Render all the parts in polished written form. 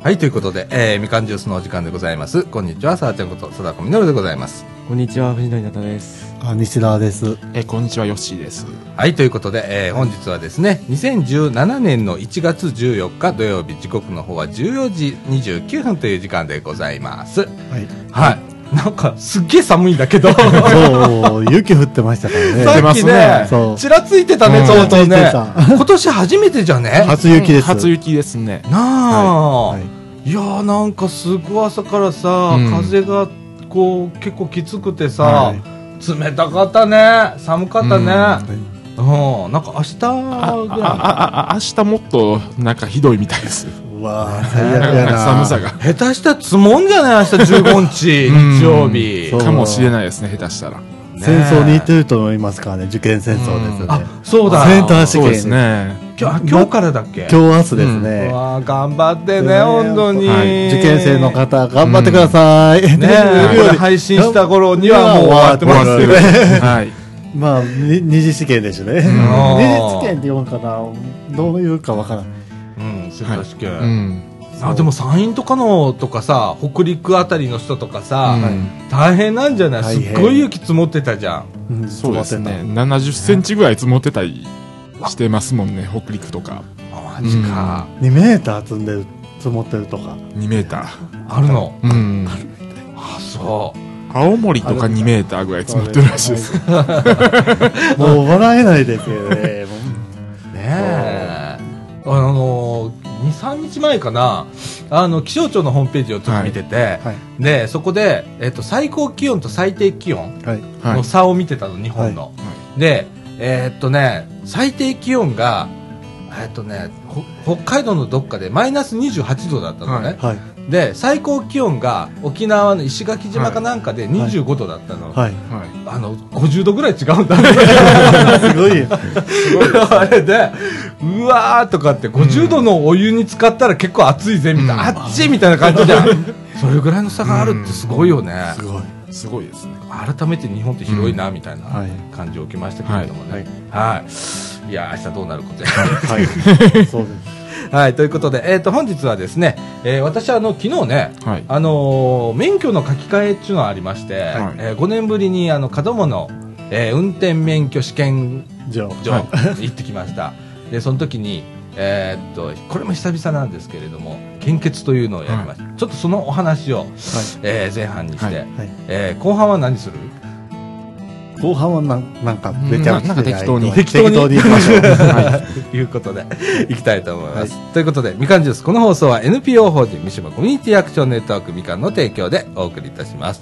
はい、ということで、みかんジュースのお時間でございます。こんにちは、さあちゃんこと貞子みのるでございます。 こんにちは、藤野稲田です。 西田です。 こんにちは、ヨッシーです。 はい、ということで、本日はですね、2017年の1月14日土曜日、時刻の方は14時29分という時間でございます。はい。はい。なんかすっげえ寒いんだけどそう雪降ってましたからね。 さっきねちらついてたね、ちょうどね。今年初めてじゃね。 初雪です。 初雪ですね。 なあ、いやーなんかすごい朝からさ、風がこう結構きつくてさ、冷たかったね、寒かったね。なんか明日明日もっとなんかひどいみたいです。 わあ、最悪やな。 寒さが下手したら積もんじゃない、明日15日日曜日かもしれないですね、下手したら。 戦争に行ってると思いますからね、受験戦争ですよね。 あ、そうだ、 センター試験ですね。 今日からだっけ。 今日明日ですね。 わあ、頑張ってね、本当に。 受験生の方頑張ってください。 ねえ、これ配信した頃にはもう終わってますけど。 はい。 まあ二次試験でしょね。二次試験って言うのかな、どういうかわからない。 センター試験。でも山陰とかのとかさ、北陸あたりの人とかさ、大変なんじゃない？すっごい雪積もってたじゃん。 そうですね。70センチぐらい積もってたりしてますもんね、北陸とか。 マジか。 2メーター積もってるとか。 2メーターあるの。 あ、 そう。 青森とか2メーターぐらい積もってるらしいです。 もう笑えないですよね。 ねえ。2、3日前かな、気象庁のホームページをちょっと見てて、で、そこで、最高気温と最低気温の差を見てたの、日本の。で、最低気温が、北海道のどっかでマイナス28度だったのね。で、最高気温が沖縄の石垣島かなんかで25度だったの。50度ぐらい違うんだね。 すごい。 あれで、うわーとかって50度のお湯に浸かったら結構暑いぜみたいな、あっちみたいな感じじゃん。それぐらいの差があるってすごいよね。 すごいですね。 改めて日本って広いなみたいな感じを受けましたけれどもね。はい。いや、明日どうなることや。 はい。そうです。 はい、ということで、本日はですね、私昨日ね、免許の書き換えっていうのがありまして、5年ぶりに門真の、運転免許試験場行ってきました。で、その時に、これも久々なんですけれども、献血というのをやりました。ちょっとそのお話を、前半にして、後半は何する？ 後半はなんかめちゃくちゃ適当に行きましょうということで行きたいと思います。ということで、みかんジュース、この放送は NPO 法人三島コミュニティアクションネットワークみかんの提供でお送りいたします。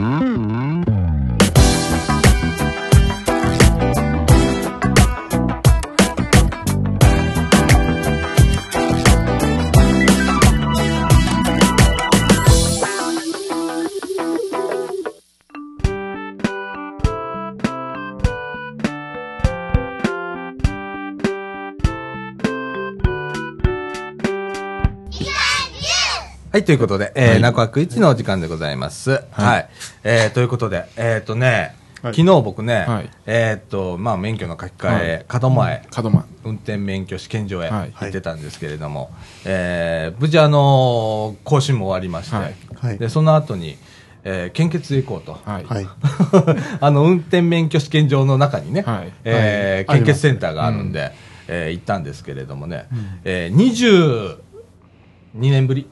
はい、ということで、中枠1のお時間でございます。はい。ということで、昨日僕ね、免許の書き換え、門真運転免許試験場へ行ってたんですけれども、無事更新も終わりまして、で、その後に、献血へ行こうと。運転免許試験場の中にね、献血センターがあるんで、行ったんですけれどもね、22年ぶり。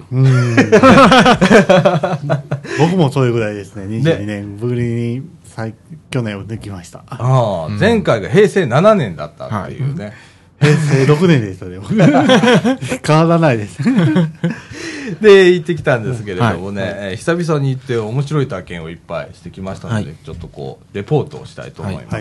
僕もそういうぐらいですね。22年ぶりに去年を抜きました。 前回が平成7年だったっていうね。 平成6年でしたね。変わらないです。 で、行ってきたんですけれどもね、久々に行って面白い体験をいっぱいしてきましたので、ちょっとレポートをしたいと思います。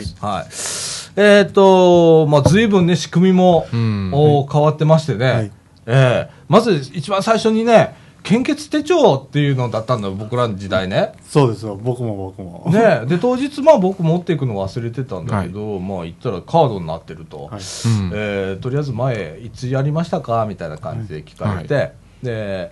随分ね、仕組みも変わってましてね。まず一番最初にね、献血手帳っていうのだったんだよ、僕らの時代ね。 そうですよ、僕もね。で、当日僕持っていくの忘れてたんだけど、行ったらカードになってると、とりあえず前いつやりましたかみたいな感じで聞かれて、で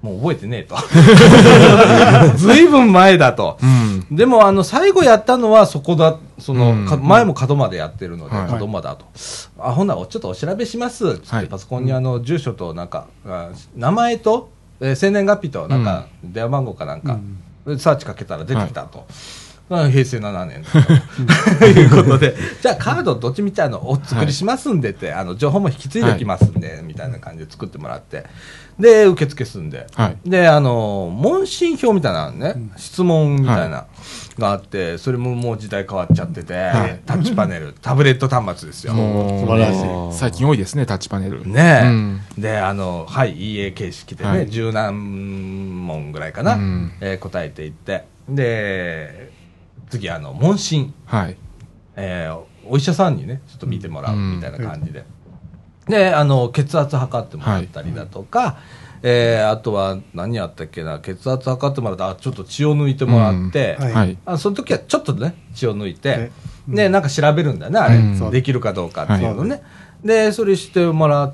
もう覚えてねえと。ずいぶん前だと。でも、最後やったのはそこだ、前も角までやってるので、角まだと。ほんなら、ちょっとお調べします。つってパソコンに住所となんか、名前と、生年月日となんか、電話番号かなんか、サーチかけたら出てきたと。平成7年ということで、じゃあカードどっちみちお作りしますんでって、情報も引き継いできますんで、みたいな感じで作ってもらって、で、受付すんで、で、問診票みたいなね、質問みたいながあって、それももう時代変わっちゃってて、タッチパネル、タブレット端末ですよ。 素晴らしい。最近多いですね、タッチパネル。 ねえ。で、はい、EA 形式でね、十何問ぐらいかな、答えていって、で、次、問診。お医者さんにね、ちょっと見てもらうみたいな感じで。で、血圧測ってもらったりだとか、あとは、何やったっけな、血圧測ってもらったら、ちょっと血を抜いてもらって、その時はちょっとね、血を抜いて、で、なんか調べるんだよね、あれ。できるかどうかっていうのね。で、それしてもらって、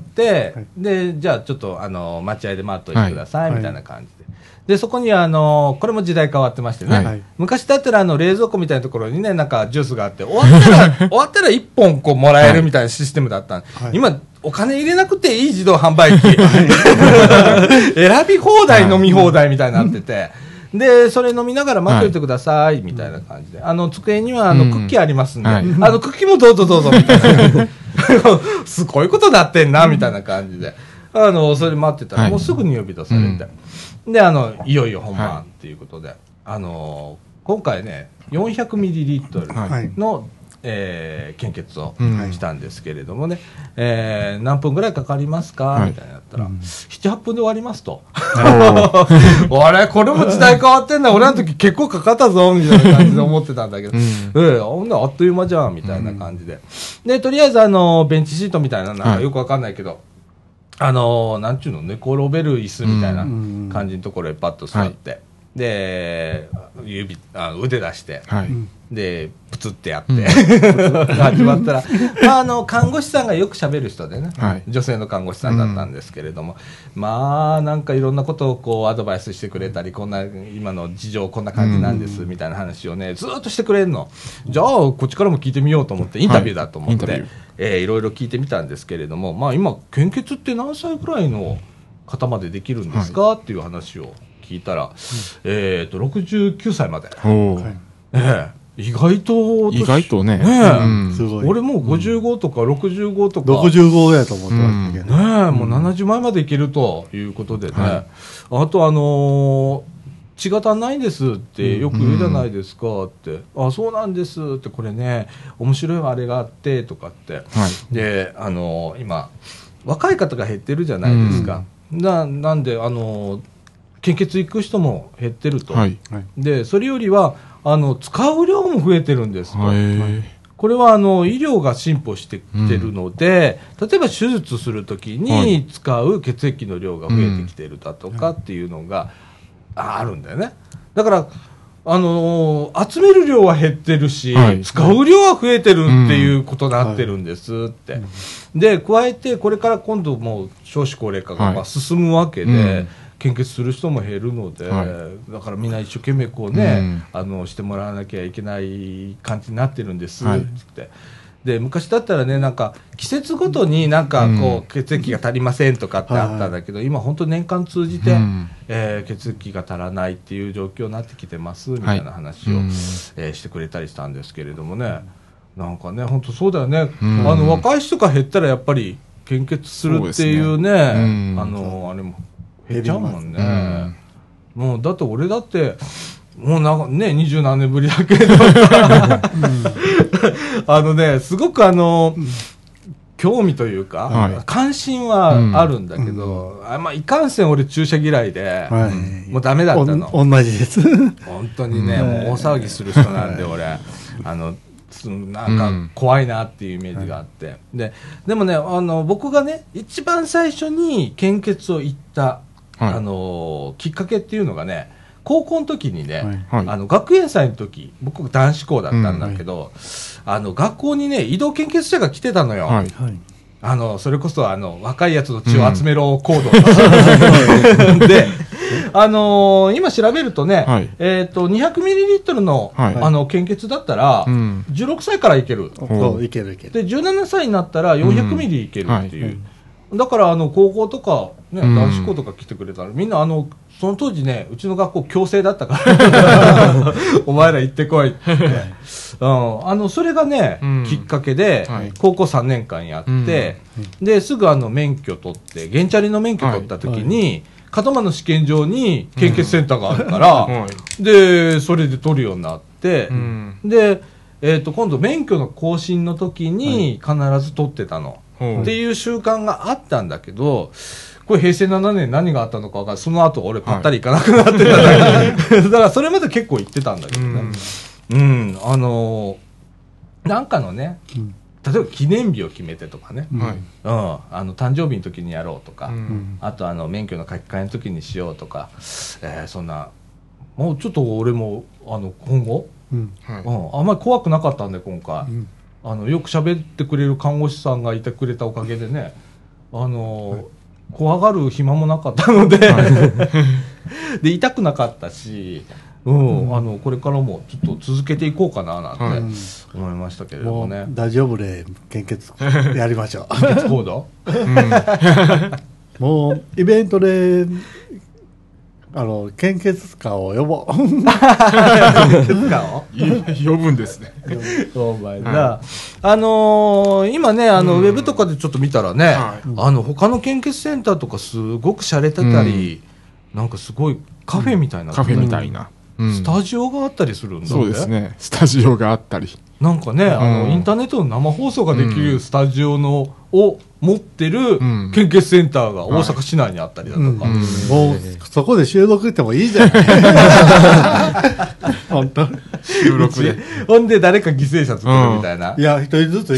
で、じゃあちょっと、待合で待っといてください、みたいな感じで。で、そこにこれも時代変わってましてね。昔だったら冷蔵庫みたいなところにね、なんかジュースがあって、終わったら1本こうもらえるみたいなシステムだった今、お金入れなくていい自動販売機。選び放題、飲み放題みたいになってて。で、それ飲みながら待っておいてください、みたいな感じで。机にはクッキーありますんで、クッキーもどうぞどうぞ、みたいな。すごいことなってんな、みたいな感じで。それ待ってたら、もうすぐに呼び出されて。で、いよいよ本番っていうことで、今回ね、400ml の、献血をしたんですけれどもね、何分ぐらいかかりますかみたいなやったら、7、8分で終わりますと。あれこれも時代変わってんだ。俺の時結構かかったぞ、みたいな感じで思ってたんだけど、ほんならあっという間じゃん、みたいな感じで。で、とりあえずベンチシートみたいな、なんかよくわかんないけど、なんちゅうの、寝転べる椅子みたいな感じのところへパッと座って、で、腕出して、で、プツってやって、始まったら、看護師さんがよく喋る人でね、女性の看護師さんだったんですけれども、なんかいろんなことをこうアドバイスしてくれたり、今の事情こんな感じなんです、みたいな話をね、ずーっとしてくれるの。じゃあ、こっちからも聞いてみようと思って、インタビューだと思って、いろいろ聞いてみたんですけれども、今、献血って何歳ぐらいの方までできるんですかっていう話を聞いたら、69歳まで。意外とね。俺もう55とか65とか。 65やと思ってましたけどね。もう70前までいけるということでね。あと血が足んないんですってよく言うじゃないですかって。そうなんですって、これね、面白いあれがあってとかって。で、今、若い方が減ってるじゃないですか。なんで、献血行く人も減ってると。で、それよりは、使う量も増えてるんですと。これは医療が進歩してきてるので、例えば手術するときに使う血液の量が増えてきてるだとかっていうのがあるんだよね。だから、集める量は減ってるし、使う量は増えてるっていうことになってるんですって。で、加えてこれから今度もう少子高齢化が進むわけで、献血する人も減るので、だからみんな一生懸命こうね、してもらわなきゃいけない感じになってるんですって。で、昔だったらね、なんか季節ごとになんかこう、血液が足りませんとかってあったんだけど、今本当年間通じて、血液が足らないっていう状況になってきてますみたいな話を、してくれたりしたんですけれどもね、なんかね、本当そうだよね。若い人が減ったらやっぱぱり献血するっていうね、あれも減っちゃうもんね。もうだって俺だってもうなんかね、20何年ぶりだけどすごく興味というか、関心はあるんだけど、いかんせん俺注射嫌いで、もうダメだったの。 同じです。 本当にね、もう大騒ぎする人なんで俺、なんか怖いなっていうイメージがあって。でもね、僕がね、一番最初に献血を行った、きっかけっていうのがね、高校の時にね、学園祭の時、僕男子校だったんだけど、学校にね、移動献血車が来てたのよ。それこそ若いやつの血を集めろ行動で、 今調べるとね、200ml の、献血だったら、16歳からいける。 いけるいける。 で、17歳になったら400ミリいけるっていう。だから、高校とか、ね、男子校とか来てくれたら、みんな、その当時ね、うちの学校強制だったから、お前ら行ってこいって。それがね、きっかけで、高校3年間やって、で、すぐ免許取って、原チャリの免許取った時に、門真の試験場に献血センターがあるから、で、それで取るようになって、で、今度免許の更新の時に必ず取ってたの。っていう習慣があったんだけど、これ平成7年何があったのか分からない。その後俺ぱったり行かなくなってただけだからそれまで結構行ってたんだけどね。なんかのね、例えば記念日を決めてとかね、誕生日の時にやろうとか、あと免許の書き換えの時にしようとか、そんな、もうちょっと俺も今後、あんまり怖くなかったんで今回。よく喋ってくれる看護師さんがいてくれたおかげでね、怖がる暇もなかったので、で、痛くなかったし、これからもちょっと続けていこうかななんて思いましたけれどもね。 大丈夫で献血やりましょう。 献血コードもう、イベントで、献血家を呼ぼう。献血家を呼ぶんですね。 お前な。今ね、ウェブとかでちょっと見たらね、他の献血センターとかすごく洒落てたり、なんかすごいカフェみたいな。 カフェみたいな。 スタジオがあったりするんだね。 そうですね。スタジオがあったり。 なんかね、インターネットの生放送ができるスタジオを持ってる献血センターが大阪市内にあったりだとか。 もう、そこで収録してもいいじゃない。本当収録で。ほんで誰か犠牲者作るみたいな。 いや、一人ずつ。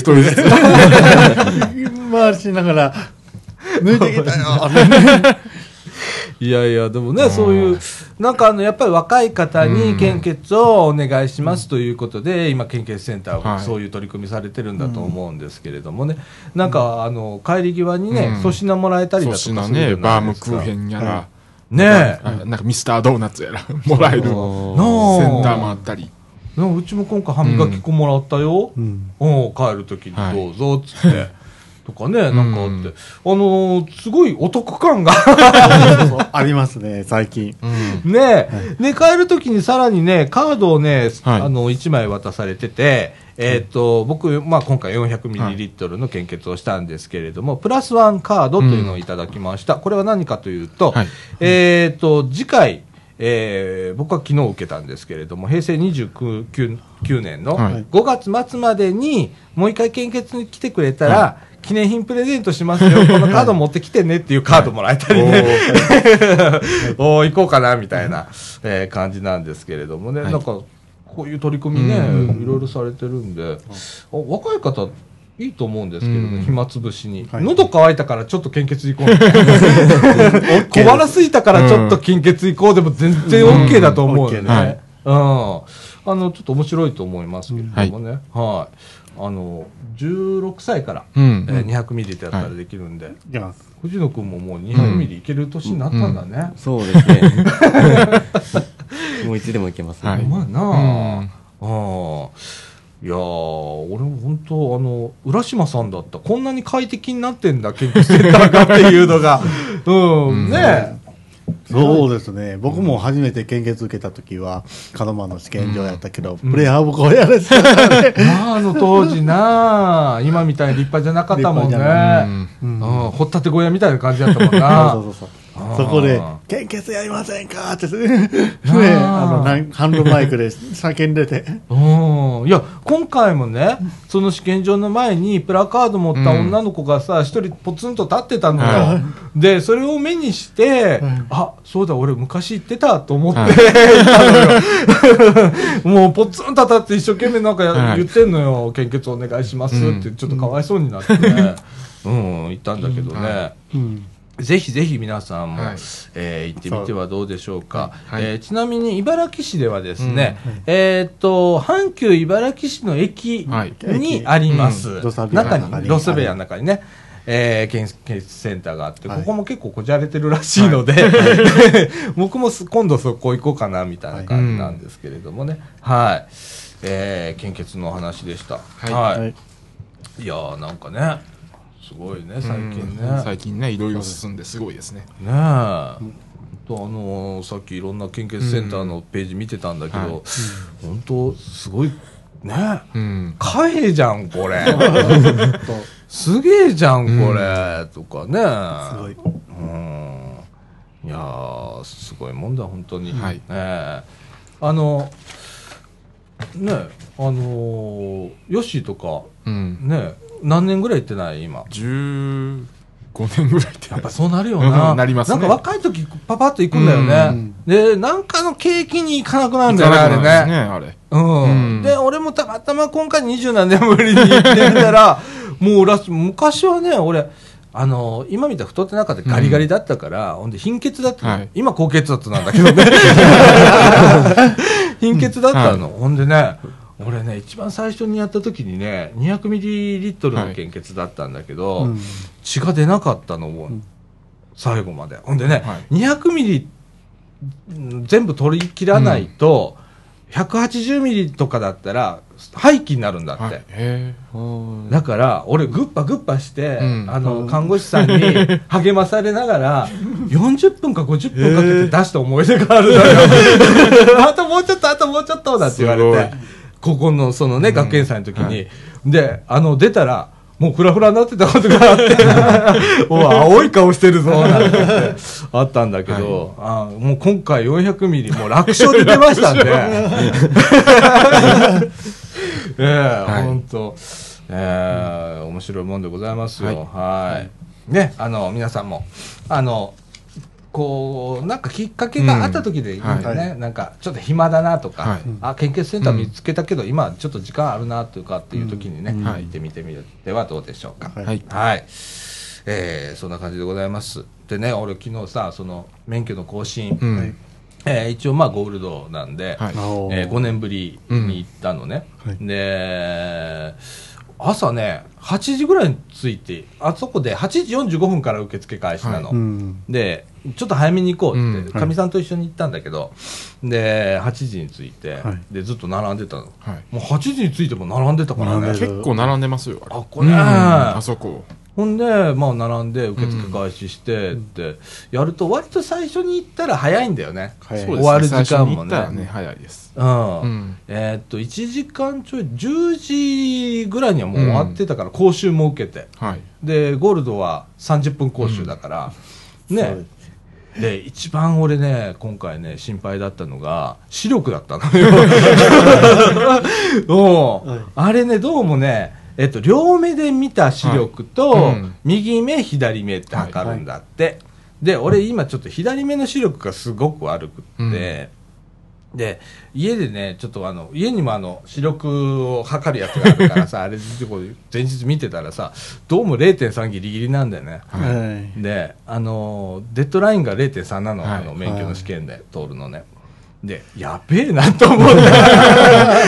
回しながら、抜いてきたよ。 いやいや、でもね、そういう、なんかやっぱり若い方に献血をお願いしますということで、今、献血センターはそういう取り組みされてるんだと思うんですけれどもね、なんか、帰り際にね、粗品もらえたりだとかするじゃないですか。 バームクーヘンやら、 ねなんかミスタードーナツやら、もらえるセンターもあったり。 うちも今回歯磨き粉もらったよ。帰るときにどうぞ、つって。とかね、なんかあって、すごいお得感がありますね、最近。 ねで、帰るときにさらにね、カードをね、1枚渡されてて、僕、今回 400ml の献血をしたんですけれども、プラスワンカードというのをいただきました。これは何かというと、次回、僕は昨日受けたんですけれども、平成29年の5月末までにもう一回献血に来てくれたら、記念品プレゼントしますよ、このカード持ってきてねっていうカードもらえたりね、行こうかなみたいな、感じなんですけれどもね、なんかこういう取り組みね、いろいろされてるんで、若い方いいと思うんですけどね、暇つぶしに。喉乾いたからちょっと献血行こうみたいな。小腹空いたからちょっと献血行こうでも全然 OK だと思うよね。ちょっと面白いと思いますけれどもね。はい。16歳から200ミリだったらできるんで、藤野君ももう200ミリいける年になったんだね。 そうですね。もういつでもいけますね。 うまいなぁ。いやー、俺も本当浦島さんだった。こんなに快適になってんだ、研究センターがっていうのが。ねえ。 そうですね。僕も初めて献血受けた時は、門真の試験場やったけど、プレハブこうやれてたからね。 当時な今みたいに立派じゃなかったもんね。掘ったて小屋みたいな感じだったもんな。 そこで、献血やりませんかってハンドマイクで叫んでて。 いや、今回もね、その試験場の前にプラカード持った女の子がさ、一人ポツンと立ってたのよ。で、それを目にして、あ、そうだ、俺昔言ってたと思って、もうポツンと立って一生懸命なんか言ってんのよ。献血お願いしますって、ちょっとかわいそうになってね。言ったんだけどね。ぜひぜひ皆さんも、行ってみてはどうでしょうか。ちなみに茨城市ではですね、阪急茨城市の駅にあります。中に、ロスベアの中にね、 検閲センターがあって、ここも結構こじゃれてるらしいので、僕も今度そこ行こうかなみたいな感じなんですけれどもね。はい。献血の話でした。はい。いやーなんかね、すごいね、最近ね。 最近ね、いろいろ進んですごいですね。 ねえ。さっきいろんな献血センターのページ見てたんだけど、本当すごいね、貨幣じゃんこれ。すげえじゃんこれ、とかね。すごい。いやーすごいもんだ本当に。はい。ね、ヨッシーとか、ね、何年ぐらい行ってない今。 15年ぐらいってやっぱそうなるよな。 なりますね。 なんか若い時パパッと行くんだよね。で、なんかの景気に行かなくなるんだよね、あれね。あれ。で、俺もたまたま今回20何年ぶりに行ってみたら、もう昔はね、俺、今見たら太ってなかったガリガリだったから、ほんで貧血だった、今高血圧なんだけどね。貧血だったの。ほんでね、俺ね、一番最初にやった時にね、200ミリリットルの献血だったんだけど、血が出なかったのを、最後まで。ほんでね、200ミリ全部取り切らないと、180ミリとかだったら廃棄になるんだって。だから、俺グッパグッパして、看護師さんに励まされながら、40分か50分かけて出した思い出があるんだよ。あともうちょっと、あともうちょっとだって言われて。ここのそのね、学園祭の時に、で、出たら、もうフラフラになってたことがあって、もう青い顔してるぞ、なんてあったんだけど、もう今回400ミリ、もう楽勝で出ましたんで、本当、面白いもんでございますよ。はい。ね、皆さんも、こうなんかきっかけがあった時でいいんだよね、なんかちょっと暇だなとか、献血センター見つけたけど、今ちょっと時間あるなとかっていう時にね、行ってみてみてはどうでしょうか。はい、そんな感じでございます。でね、俺昨日さ、その免許の更新、一応まあゴールドなんで、5年ぶりに行ったのね。で朝ね、8時ぐらいに着いて、あそこで8時45分から受付開始なの。で、ちょっと早めに行こうって、かみさんと一緒に行ったんだけど、で、8時に着いて、で、ずっと並んでたの。もう8時に着いても並んでたからね。 結構並んでますよ、 あ、これ。 あそこ。 ほんで、まあ、並んで受付開始してってやると、割と最初に行ったら早いんだよね。終わる時間もね。 早いです。 1時間ちょい、10時ぐらいにはもう終わってたから、講習も受けて。で、ゴールドは30分講習だから、ね。で、一番俺ね、今回ね、心配だったのが、視力だったのよ。あれね、どうもね、両目で見た視力と、右目、左目って測るんだって。で、俺今ちょっと左目の視力がすごく悪くって、で、家でね、ちょっと家にも視力を測るやつがあるからさ、あれ、前日見てたらさ、どうも 0.3 ギリギリなんだよね。で、デッドラインが 0.3 なの、免許の試験で通るのね。で、やべえなと思って。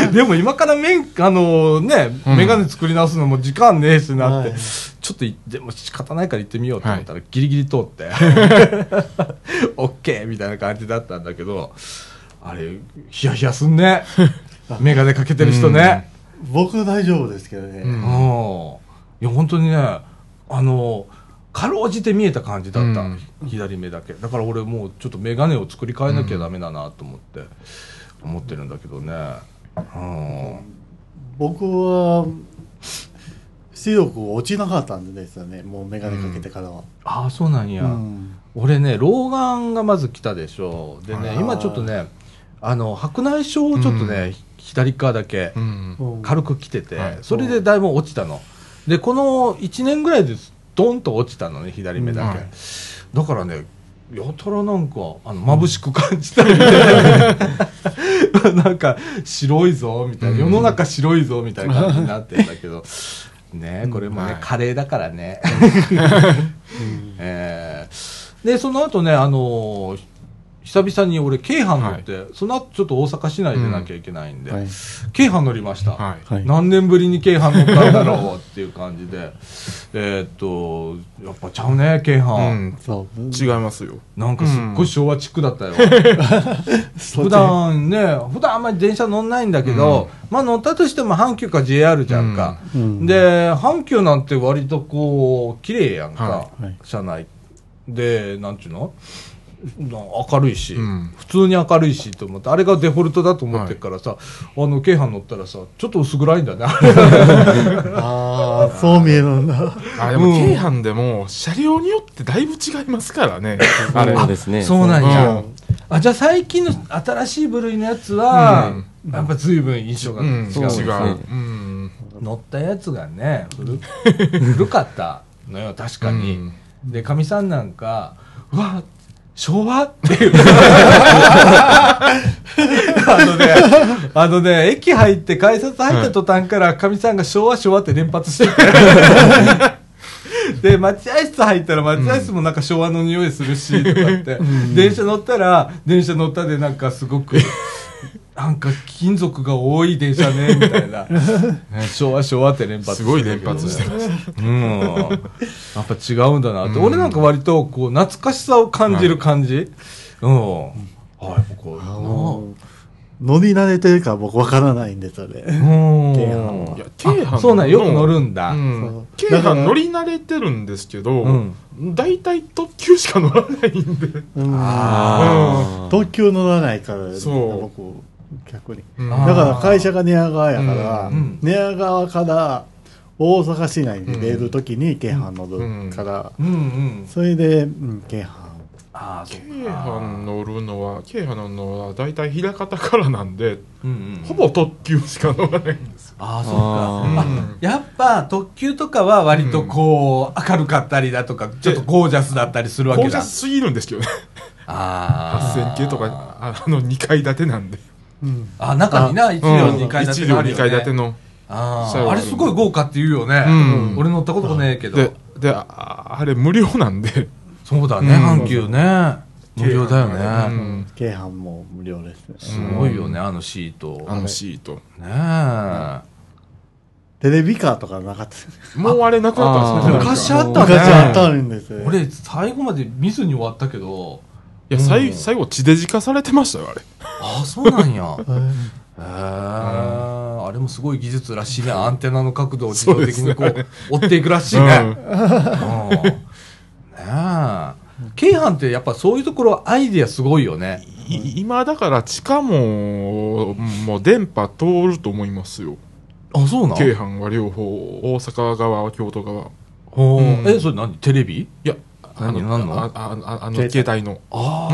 でも今からメガネ作り直すのも時間ねえしなって、ちょっとでも仕方ないから行ってみようと思ったら、ギリギリ通って、オッケーみたいな感じだったんだけど、あれ、ヒヤヒヤすんね。メガネかけてる人ね。 僕大丈夫ですけどね。 いや、本当にね、かろうじて見えた感じだった、左目だけ。だから俺もうちょっとメガネを作り変えなきゃダメだなと思ってるんだけどね。 僕は視力落ちなかったんですよね、もうメガネかけてからは。 ああ、そうなんや。俺ね、老眼がまず来たでしょ。でね、今ちょっとね、白内障をちょっとね、左側だけ軽く来てて、それでだいぶ落ちたの。で、この1年ぐらいでドンと落ちたのね、左目だけ。だからね、やたらなんか眩しく感じたみたいな。なんか白いぞみたいな、世の中白いぞみたいな感じになってんだけどね、これもね、カレーだからね。でその後ね、 久々に俺京阪乗って、その後ちょっと大阪市内出なきゃいけないんで、京阪乗りました、何年ぶりに京阪乗ったんだろうっていう感じでやっぱちゃうね京阪、 違いますよ。 なんかすっごい昭和チックだったよ、普段あんまり電車乗んないんだけど、まあ乗ったとしても阪急か JR じゃんか、で阪急なんて割とこう綺麗やんか、車内でなんちゅうの明るいし、普通に明るいしと思って、あれがデフォルトだと思ってるからさ、京阪乗ったらさちょっと薄暗いんだねああそう見えるんだ。 でも京阪でも車両によってだいぶ違いますからね。あれですね。 そうなんや。じゃあ最近の新しい部類のやつはやっぱ随分印象が違う。乗ったやつがね古かったのよ確かに。でかみさんなんかうわ昭和っていう駅入って改札入った途端からかみさんが昭和って連発しててで待合室入ったら待合室もなんか昭和の匂いするしとかって電車乗ったら電車乗ったでなんかすごくなんか金属が多い電車ねみたいな昭和って連発してすごい連発してましたやっぱ違うんだなって、俺なんか割とこう懐かしさを感じる感じ、乗り慣れてるか僕わからないんですよね。 京阪そうなんよく乗るんだ。 京阪乗り慣れてるんですけど、大体特急しか乗らないんで。 特急乗らないから僕逆に。だから会社が寝屋川やから寝屋川から大阪市内に出るときに京阪乗るから、それで京阪。 京阪乗るのは大体枚方からなんで、ほぼ特急しか乗らないんですよ。 そうか。やっぱ特急とかは割とこう明るかったりだとかちょっとゴージャスだったりするわけだ。 ゴージャスすぎるんですけどね。8000系とか2階建てなんで。 中にな1両2階建てのあるよね。 1両2階建ての。 あれすごい豪華って言うよね。俺乗ったことねえけど。 であれ無料なんで。 そうだね、阪急ね無料だよね。 京阪も無料ですね。 すごいよねシートね。 テレビカーとかなかった。 もうあれなくなったんですね。 昔あったね。 昔あったんですよ。 俺最後まで見ずに終わったけど、 いや最後地デジ化されてましたよあれ。 そうなんや。あれもすごい技術らしいね。アンテナの角度を自動的にこう追っていくらしいね。京阪ってやっぱそういうところアイディアすごいよね。 今だから地下も電波通ると思いますよ。 そうなん。 京阪は両方大阪側京都側。 それ何テレビ？いや何の携帯の。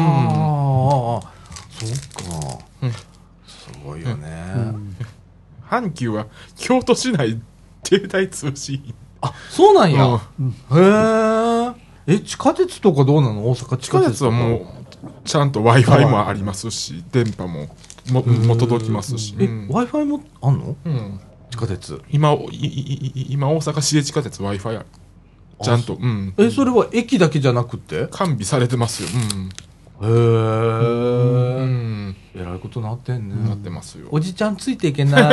そうか。すごいよね。 阪急は京都市内携帯通信。 そうなんや。地下鉄とかどうなの？大阪地下鉄はもうちゃんと Wi-Fi もありますし、電波も届きますし。 Wi-Fi もあんの？地下鉄。 今大阪市営地下鉄 Wi-Fi ある。ちゃんと。 それは駅だけじゃなくて？ 完備されてますよ。 えらいことなってんね。 なってますよ。 おじちゃんついていけない。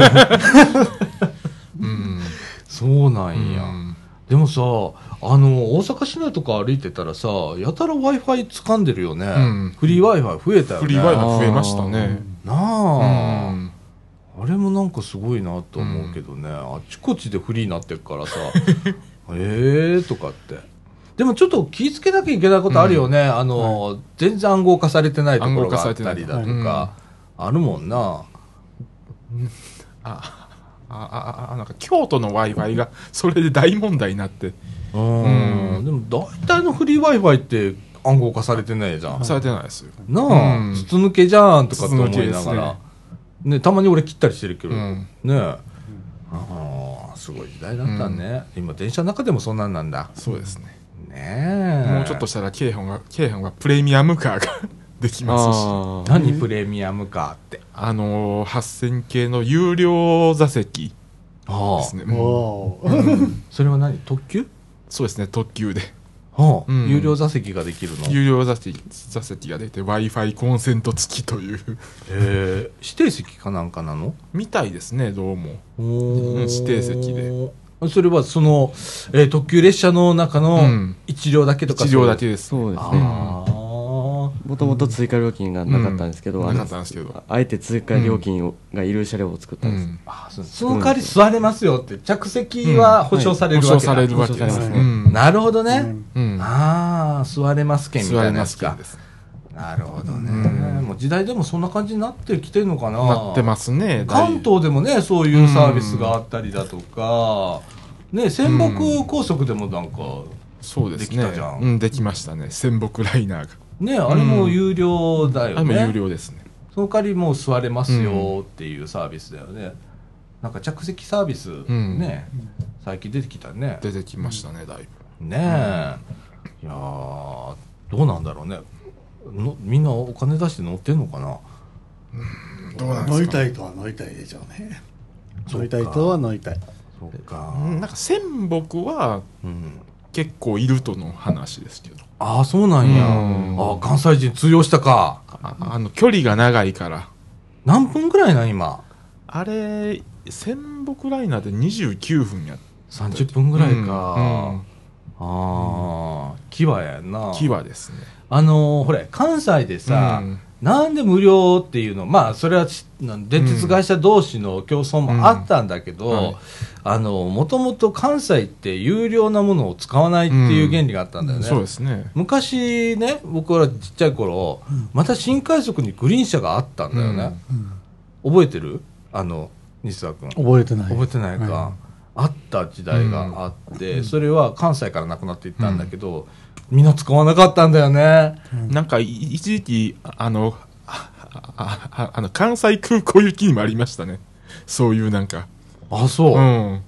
そうなんや。でもさ、大阪市内とか歩いてたらさ、やたら Wi-Fi 掴んでるよね。フリー Wi-Fi 増えたよね。 フリー Wi-Fi 増えましたね。 あれもなんかすごいなと思うけどね。あちこちでフリーになってるからさ。とかって。でもちょっと気ぃつけなきゃいけないことあるよね。全然暗号化されてないところがあったりだとか、あるもんな。 なんか京都の Wi-Fi がそれで大問題になって。 でも大体のフリー Wi-Fi って暗号化されてないじゃん。 されてないですよ。 なあ、筒抜けじゃんとかって思いながら。ね、たまに俺切ったりしてるけど。ねすごい時代だったね。今電車の中でもそんなんだ。 そうですね。 もうちょっとしたら京阪はプレミアムカーができますし。 何プレミアムカーって。 8000系の有料座席ですね。 それは何？特急？ そうですね、特急で。 はあ、有料座席ができるの？ 有料座席が出て Wi-Fi コンセント付きという指定席かなんかなのみたいですね、どうも。指定席で。 それはその、特急列車の中の1両だけとか、 1両だけです。 そうですね。もともと追加料金がなかったんですけど、あえて追加料金がいる車両を作ったんです。その代わり座れますよって、着席は保証されるわけだ。 保証されるわけです。 なるほどね。座れます券みたいなやつか。なるほどね。もう時代でもそんな感じになってきてるのかな。 なってますね。 関東でもね、そういうサービスがあったりだとか、ね、仙北高速でもなんか、できたじゃん。 できましたね、仙北ライナーが。 ね、あれも有料だよね。 あれも有料ですね。 その代わりもう座れますよっていうサービスだよね。なんか着席サービスね、最近出てきたね。 出てきましたね、だいぶ。ねえ。いやー、どうなんだろうね。みんなお金出して乗ってんのかな。 どうなんですか。乗りたいとは乗りたいでしょうね。乗りたいとは乗りたい。 そうか。 なんか仙北は結構いるとの話ですけど。 ああ、そうなんや。関西人通用したか。 距離が長いから。 何分くらいな今。 あれ仙北ライナーで29分や。 30分ぐらいか。キワやな。 キワですね。 ほれ関西でさ、なんで無料っていうの、まあそれは電鉄会社同士の競争もあったんだけど、もともと関西って有料なものを使わないっていう原理があったんだよね。 そうですね。 昔ね、僕らちっちゃい頃、また新快速にグリーン車があったんだよね。覚えてる？西澤君。 覚えてない。 覚えてないか。あった時代があって、それは関西からなくなっていったんだけど、みんな使わなかったんだよね。 なんか一時期関西空港行きにもありましたね。そういうなんか。 あ、そう。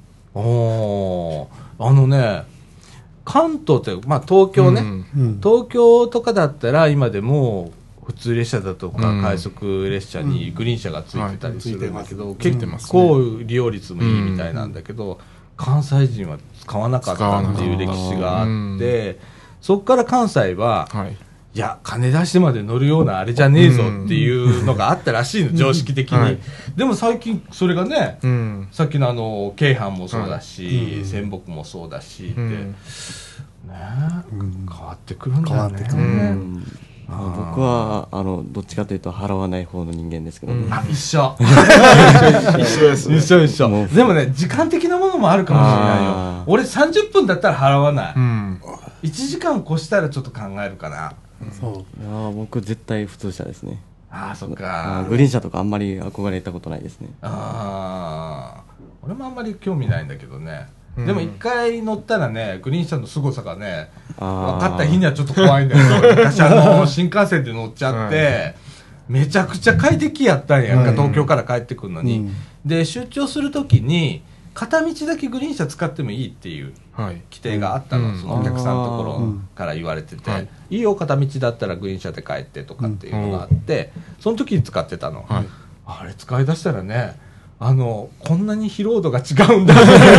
関東って、まあ東京ね、東京とかだったら今でも普通列車だとか快速列車にグリーン車がついてたりするんだけど、結構利用率もいいみたいなんだけど、関西人は使わなかったっていう歴史があって、そこから関西は、いや金出してまで乗るようなあれじゃねえぞっていうのがあったらしいの、常識的に。でも最近それがね、さっきの京阪もそうだし、仙北もそうだしってね、変わってくるんだよね。 僕はどっちかというと払わない方の人間ですけどね。 一緒一緒一緒。でもね、時間的なものもあるかもしれないよ。俺30分だったら払わない。1時間越したらちょっと考えるかな。 僕絶対普通車ですね。 ああ、そっか。 グリーン車とかあんまり憧れたことないですね。 俺もあんまり興味ないんだけどね。でも一回乗ったらね、グリーン車の凄さがね、分かった日にはちょっと怖いんだけど、私新幹線で乗っちゃって、めちゃくちゃ快適やったんやんか、東京から帰ってくるのに。で、出張するときに、片道だけグリーン車使ってもいいっていう規定があったの、そのお客さんのところから言われてて、いいよ、片道だったらグリーン車で帰ってとかっていうのがあって、その時に使ってたの。あれ使い出したらね、こんなに疲労度が違うんだ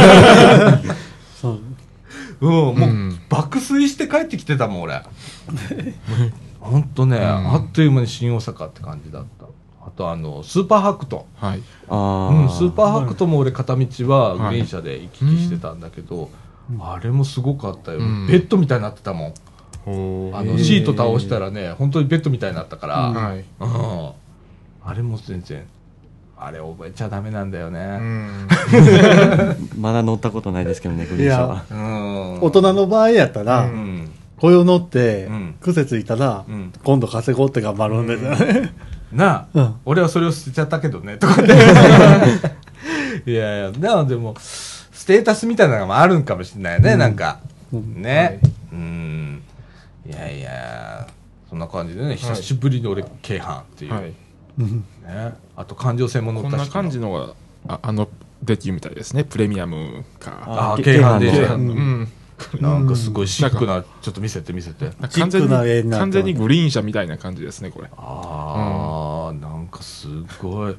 もう爆睡して帰ってきてたもん俺。ほんとね、あっという間に新大阪って感じだった。あとスーパーハクト、スーパーハクトも俺片道はグリーン車で行き来してたんだけど、あれもすごかったよ。ベッドみたいになってたもん。シート倒したらね、本当にベッドみたいになったから、あれも全然あれ覚えちゃダメなんだよね。 まだ乗ったことないですけどね、グリーン車は。 大人の場合やったら、これを乗って癖ついたら今度稼ごうって頑張るんですよね。 なあ、俺はそれを捨てちゃったけどねとかっていやいや、でもステータスみたいなのがあるんかもしれないね、なんかね。いやいや、そんな感じでね、久しぶりに俺京阪っていうね。あと環状線も乗ったし、 こんな感じのができるみたいですね、プレミアムか。 京阪でなんかすごいシックな、ちょっと見せて完全にグリーン車みたいな感じですね、これ。 なんかすごい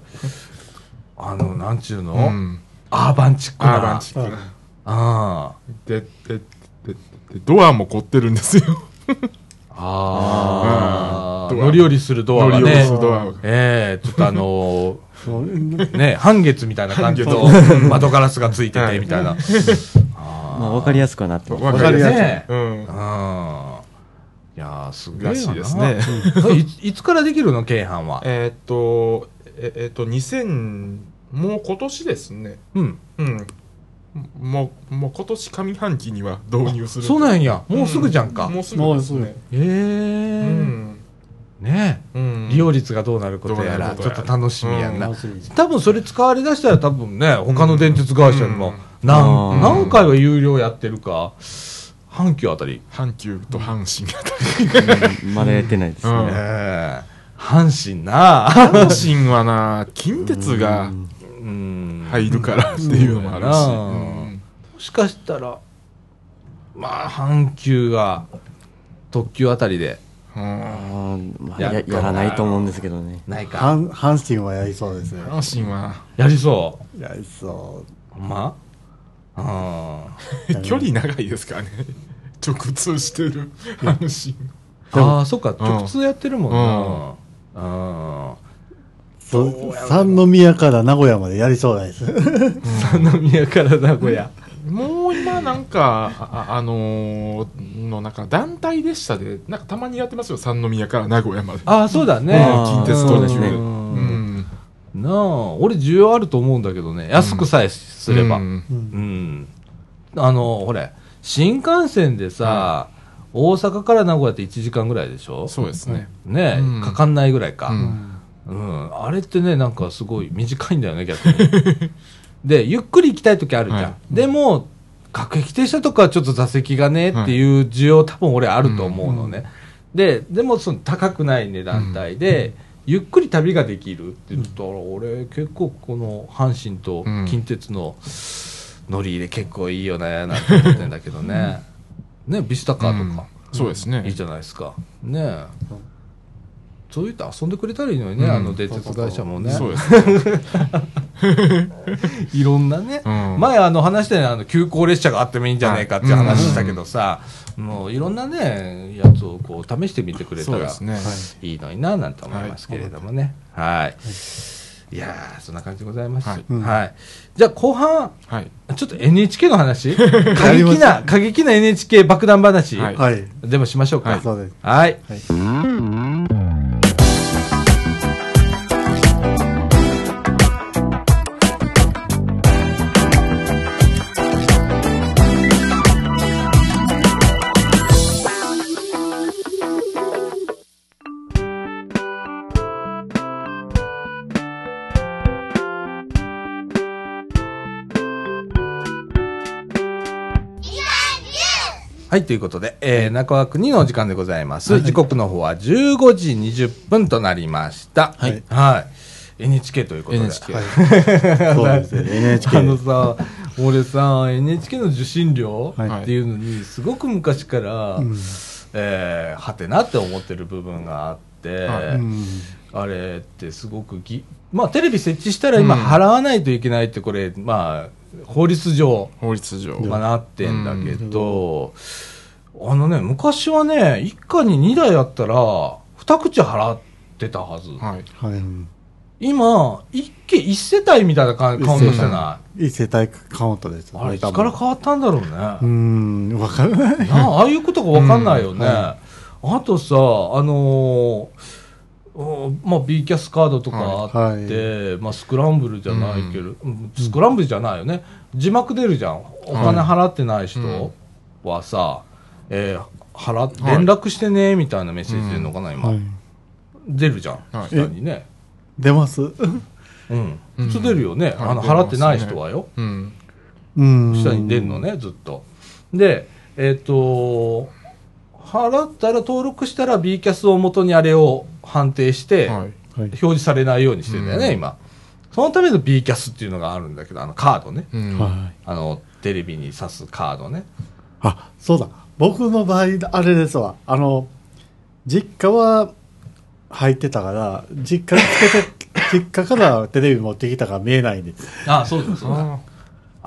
なんちゅうの、アーバンチックな。 ドアも凝ってるんですよ。 乗り降りするドアがね。ちょっとね、半月みたいな感じの窓ガラスがついててみたいな。 わかりやすくはなってます。 わかりやすい。いやすごいらしいですね。いつからできるの、京阪は。 もう今年ですね。もう今年上半期には導入する。 そうなんや。もうすぐじゃんか。 もうすぐですね。 ねえ、利用率がどうなることやらちょっと楽しみやんな。多分それ使われだしたら多分ね、他の電鉄会社にも何回は有料やってるか。阪急あたり、 阪急と阪神あたりまだやってないですね。 阪神な、 阪神はな、近鉄が入るからっていうのもあるし、 もしかしたらまあ阪急が特急あたりでやらないと思うんですけどね。 ないか。 阪神はやりそうですね。 阪神はやりそう。 やりそう。 まあ、 距離長いですからね。直通してる阪神。 ああ、そっか、直通やってるもんな。 三宮から名古屋までやりそうです。 三宮から名古屋。 もう今なんかなんか団体列車でなんかたまにやってますよ、三宮から名古屋まで。 ああ、そうだね。 近鉄特急で。 なあ、俺需要あると思うんだけどね、安くさえすれば。ほれ、新幹線でさ、大阪から名古屋って1時間ぐらいでしょ。 そうですね。 ね、かかんないぐらいか。あれってね、なんかすごい短いんだよね、逆に。で、ゆっくり行きたい時あるじゃん。でも、各駅停車とかはちょっと座席がねっていう需要多分俺あると思うのね。でもその高くない値段帯で、ゆっくり旅ができるって言ったら、俺結構この阪神と近鉄の乗り入れ結構いいよねなんて思ってんだけどね。ね、ビスタカーとか。 そうですね。 いいじゃないですか。ね。そう言って遊んでくれたらいいのにね、電鉄会社もね。 そうですね。 いろんなね、前話したように急行列車があってもいいんじゃないかっていう話したけどさ、もういろんなね、やつをこう試してみてくれたらいいのにな、なんて思いますけれどもね。はい。いやー、そんな感じでございます。はい。じゃあ後半、ちょっと NHK の話、過激な NHK 爆弾話、でもしましょうか。はい。はい、ということで、中枠2のお時間でございます。時刻の方は15時20分となりました。はい。NHK ということで。 NHK。そうですね、NHK。 さ、俺さ、NHK の受信料っていうのに、すごく昔から、はてなって思ってる部分があって、あれってすごくまあテレビ設置したら今払わないといけないって、これ、まあ、法律上なってんだけど、昔はね、一家に2台あったら2口払ってたはず。今1世帯みたいなカウントしてない。 1世帯カウントです。 あれいつから変わったんだろうね。 分からない。 ああいうことが分かんないよね。あとさ、まあ、B キャスカードとかあって、まあ、スクランブルじゃないけど、スクランブルじゃないよね。字幕出るじゃん。お金払ってない人はさ、連絡してねみたいなメッセージ出るのかな、今。出るじゃん、下にね。 出ます？ 普通出るよね。払ってない人はよ。下に出るのね、ずっと。で、払ったら登録したら B キャスを元にあれを判定して表示されないようにしてるんだよね、今。そのための B キャスっていうのがあるんだけど、カードね、テレビに挿すカードね。 あ、そうだ、僕の場合あれですわ、実家は入ってたから実家からテレビ持ってきたから見えないんです。 あ、そうです。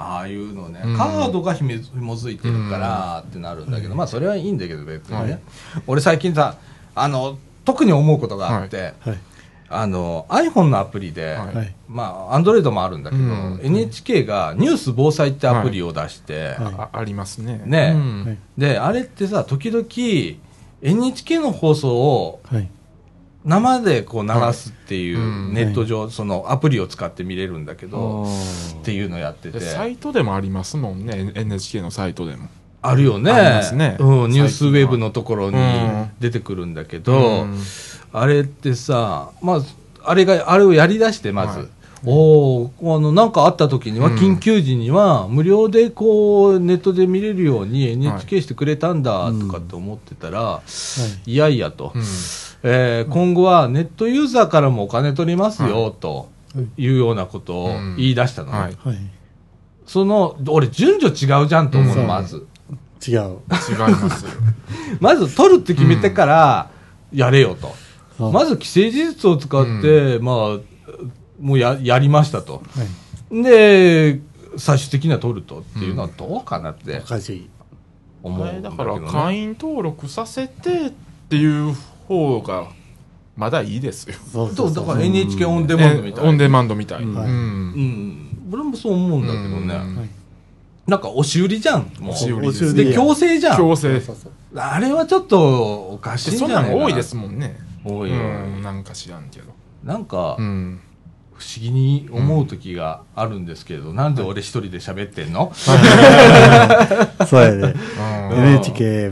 ああいうのね、カードが紐づいてるからってなるんだけど、まあそれはいいんだけど別にね、俺最近さ特に思うことがあって、iPhone のアプリで、まあ Android もあるんだけど、NHK がニュース防災ってアプリを出して、 ありますね。 であれってさ時々 NHK の放送を生でこう流すっていうネット上そのアプリを使って見れるんだけどっていうのをやってて、 サイトでもありますもんね。 NHK のサイトでもあるよね。ニュースウェブのところに出てくるんだけど、あれってさ、まああれをやりだしてまず、なんかあった時には緊急時には無料でこうネットで見れるように NHK してくれたんだとかって思ってたら、いやいやと、今後はネットユーザーからもお金取りますよというようなことを言い出したのね。俺順序違うじゃんと思うの。まず違いますまず取るって決めてからやれよと、まず既成事実を使って、まあもうやりましたと、で最終的には取るとっていうのはどうかなって思うんだけどね。 だから会員登録させてっていう方がまだいいですよ。 だから NHK オンデマンドみたいな、 オンデマンドみたいな、 俺もそう思うんだけどね、なんか押し売りじゃん、もうで強制じゃん。 強制。 あれはちょっとおかしいんじゃないかな。 そんなの多いですもんね。 多いよ。 なんか知らんけど。 なんか不思議に思う時があるんですけど、なんで俺一人で喋ってんの？ そうやね。NHK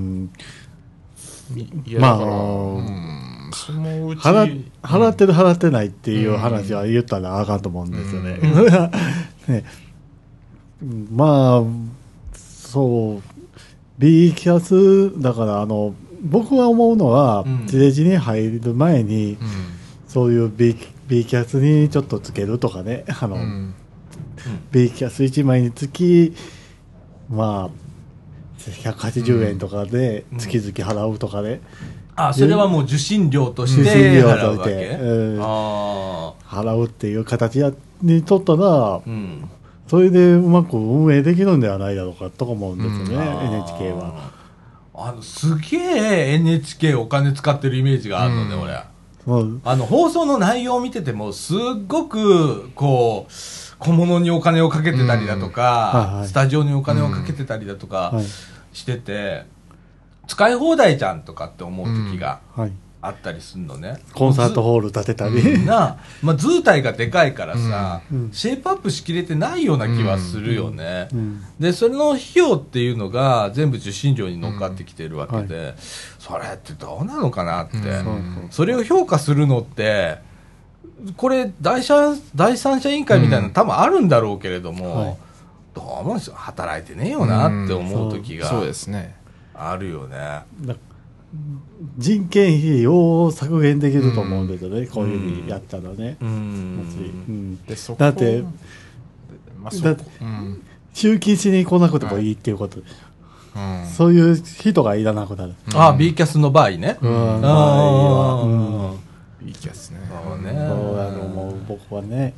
まあ払ってる払ってないっていう話は言ったらあかんと思うんですよね。まあそう B キャスだから僕は思うのは地デジに入る前にそういう B キャスにちょっとつけるとかね、B キャス1枚につきまあ180円とかで月々払うとかね、 それはもう受信料として払うわけ、 払うっていう形にとったら、それでうまく運営できるんではないだろうかと思うんですよね、NHK は。 すげえ NHK お金使ってるイメージがあるのね、俺。放送の内容を見ててもすっごくこう小物にお金をかけてたりだとか、スタジオにお金をかけてたりだとかしてて、使い放題じゃんとかって思う時があったりするのね。 コンサートホール建てたり図体がでかいからさ、シェイプアップしきれてないような気はするよね。でそれの費用っていうのが全部受信料に乗っかってきてるわけで、それってどうなのかなって、それを評価するのってこれ第三者委員会みたいなの多分あるんだろうけれども、どうも働いてねえよなって思う時があるよね。 人件費を削減できると思うんですよね、こういうふうにやったらね。だって集金しに来なくてもいいっていうことで、そういう人がいらなくなる。 B キャスの場合ね。 B キャスね。 そうだと思う、僕はね。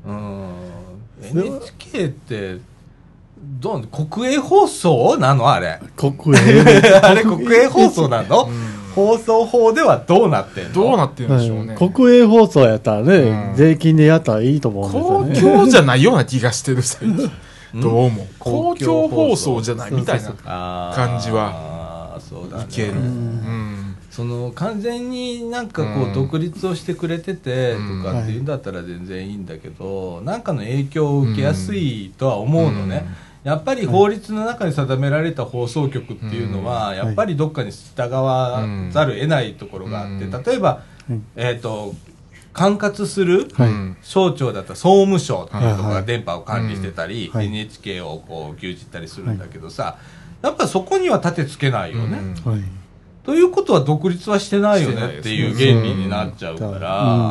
NHK って国営放送なのあれ。 国営あれ国営放送なの？放送法ではどうなってんの？ どうなってるんでしょうね。 国営放送やったらね、税金でやったらいいと思うんですよね。 公共じゃないような気がしてる最近。どうも公共放送じゃないみたいな感じはいける。その完全になんかこう独立をしてくれててとかっていうんだったら全然いいんだけど、なんかの影響を受けやすいとは思うのね。やっぱり法律の中に定められた放送局っていうのはやっぱりどっかに従わざるを得ないところがあって、例えば管轄する省庁だったら総務省っていうところが電波を管理してたり、NHK をこう牛耳ったりするんだけどさ、やっぱそこには立てつけないよね。ということは独立はしてないよねっていう原理になっちゃうから、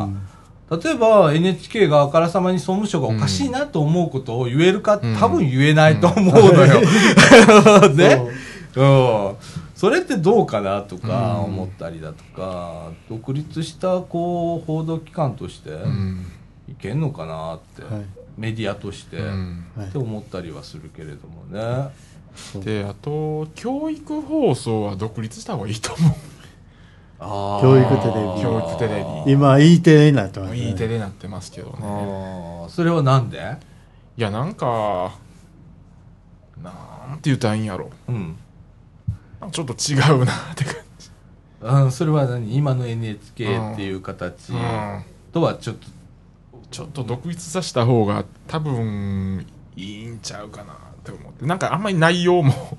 例えば NHK 側からさまに総務省がおかしいなと思うことを言えるか、多分言えないと思うのよ。ね。それってどうかなとか思ったりだとか、独立したこう報道機関としていけんのかなって、メディアとして、って思ったりはするけれどもね。 であと教育放送は独立した方がいいと思う。 教育テレビ今 E テレになってますね。 E テレになってますけどね。 それはなんで？ いやなんかなんて言ったらいいんやろ、ちょっと違うなって感じ。それは何？今の NHK っていう形とはちょっと独立させた方が多分いいんちゃうかなって思って、なんかあんまり内容も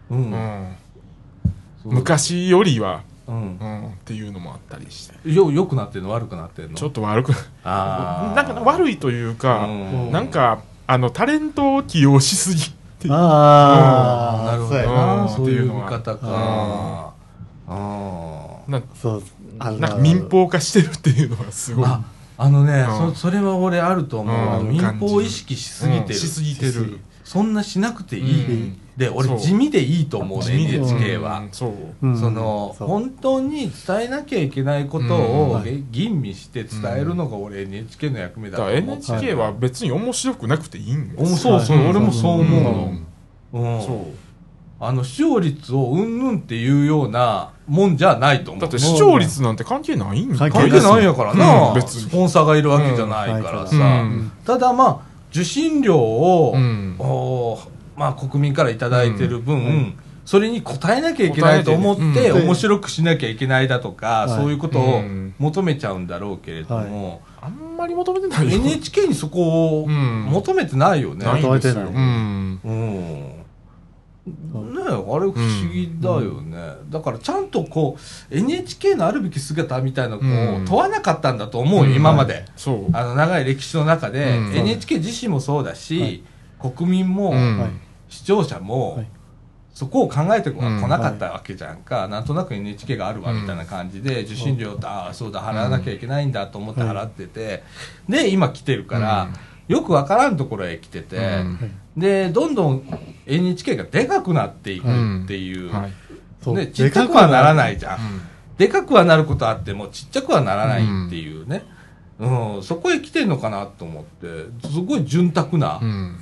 昔よりはっていうのもあったりして、 良くなってんの悪くなってんの？ ちょっと悪くなんか悪いというか、なんかタレントを起用しすぎっていう。 なるほどな、そういう見方か。 なんか民放化してるっていうのはすごい。 それは俺あると思う。民放を意識しすぎてる。そんなしなくていい。で俺地味でいいと思うね、 NHK は。本当に伝えなきゃいけないことを吟味して伝えるのが俺 NHK の役目だと思う。 NHK は別に面白くなくていいんです。そう俺もそう思うの。視聴率をうんぬんっていうようなもんじゃないと思う。 だって視聴率なんて関係ないんだ。 関係ないやからな、スポンサーがいるわけじゃないからさ。ただ受信料を国民からいただいてる分、それに応えなきゃいけないと思って面白くしなきゃいけないだとか、そういうことを求めちゃうんだろうけれども、 あんまり求めてないよ。 NHK にそこを求めてないよね。 求めてない。 あれ不思議だよね。だからちゃんとNHK のあるべき姿みたいなのを問わなかったんだと思うよ、今まで。長い歴史の中で NHK 自身もそうだし、国民も視聴者もそこを考えてこなかったわけじゃんか。なんとなく NHK があるわみたいな感じで受信料そうだ払わなきゃいけないんだと思って払ってて、で今来てるからよくわからんところへ来てて、でどんどん NHK がでかくなっていくっていう、ちっちゃくはならないじゃん。でかくはなることあってもちっちゃくはならないっていうね、そこへ来てるのかなと思って、すごい潤沢な、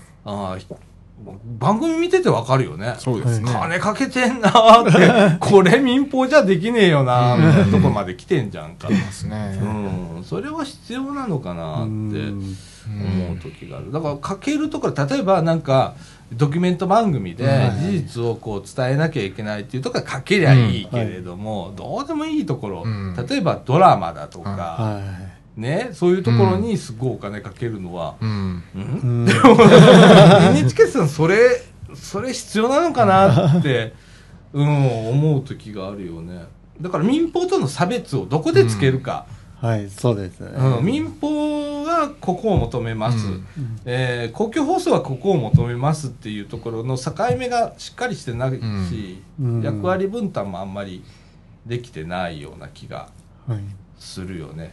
番組見ててわかるよね。 そうですね。 金かけてんなーってこれ民放じゃできねえよなーみたいなとこまで来てんじゃんか。それは必要なのかなって思う時がある。だからかけるところ、例えばなんかドキュメント番組で事実を伝えなきゃいけないっていうところはかけりゃいいけれども、どうでもいいところ、例えばドラマだとかね、そういうところにすごいお金かけるのは、でも NHK さんそれ必要なのかなって思う時があるよね。だから民放との差別をどこでつけるか。 そうですね。 民放はここを求めます、公共放送はここを求めますっていうところの境目がしっかりしてないし、役割分担もあんまりできてないような気がするよね。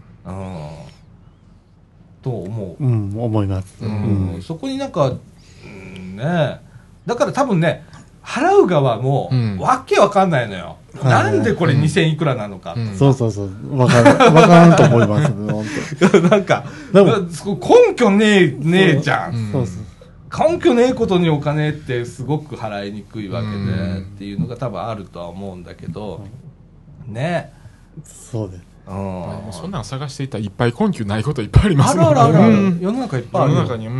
と思う。 思います。 そこになんか、ね、だから多分ね、払う側もわけわかんないのよ。なんでこれ2000いくらなのか。 そうわからんと思います。 なんか根拠ねえじゃん。根拠ねえことにお金ってすごく払いにくいわけでっていうのが多分あるとは思うんだけどね。 そうです。 そんなの探していたらいっぱい根拠ないこといっぱいありますもんね。ある世の中いっぱいある。 世の中に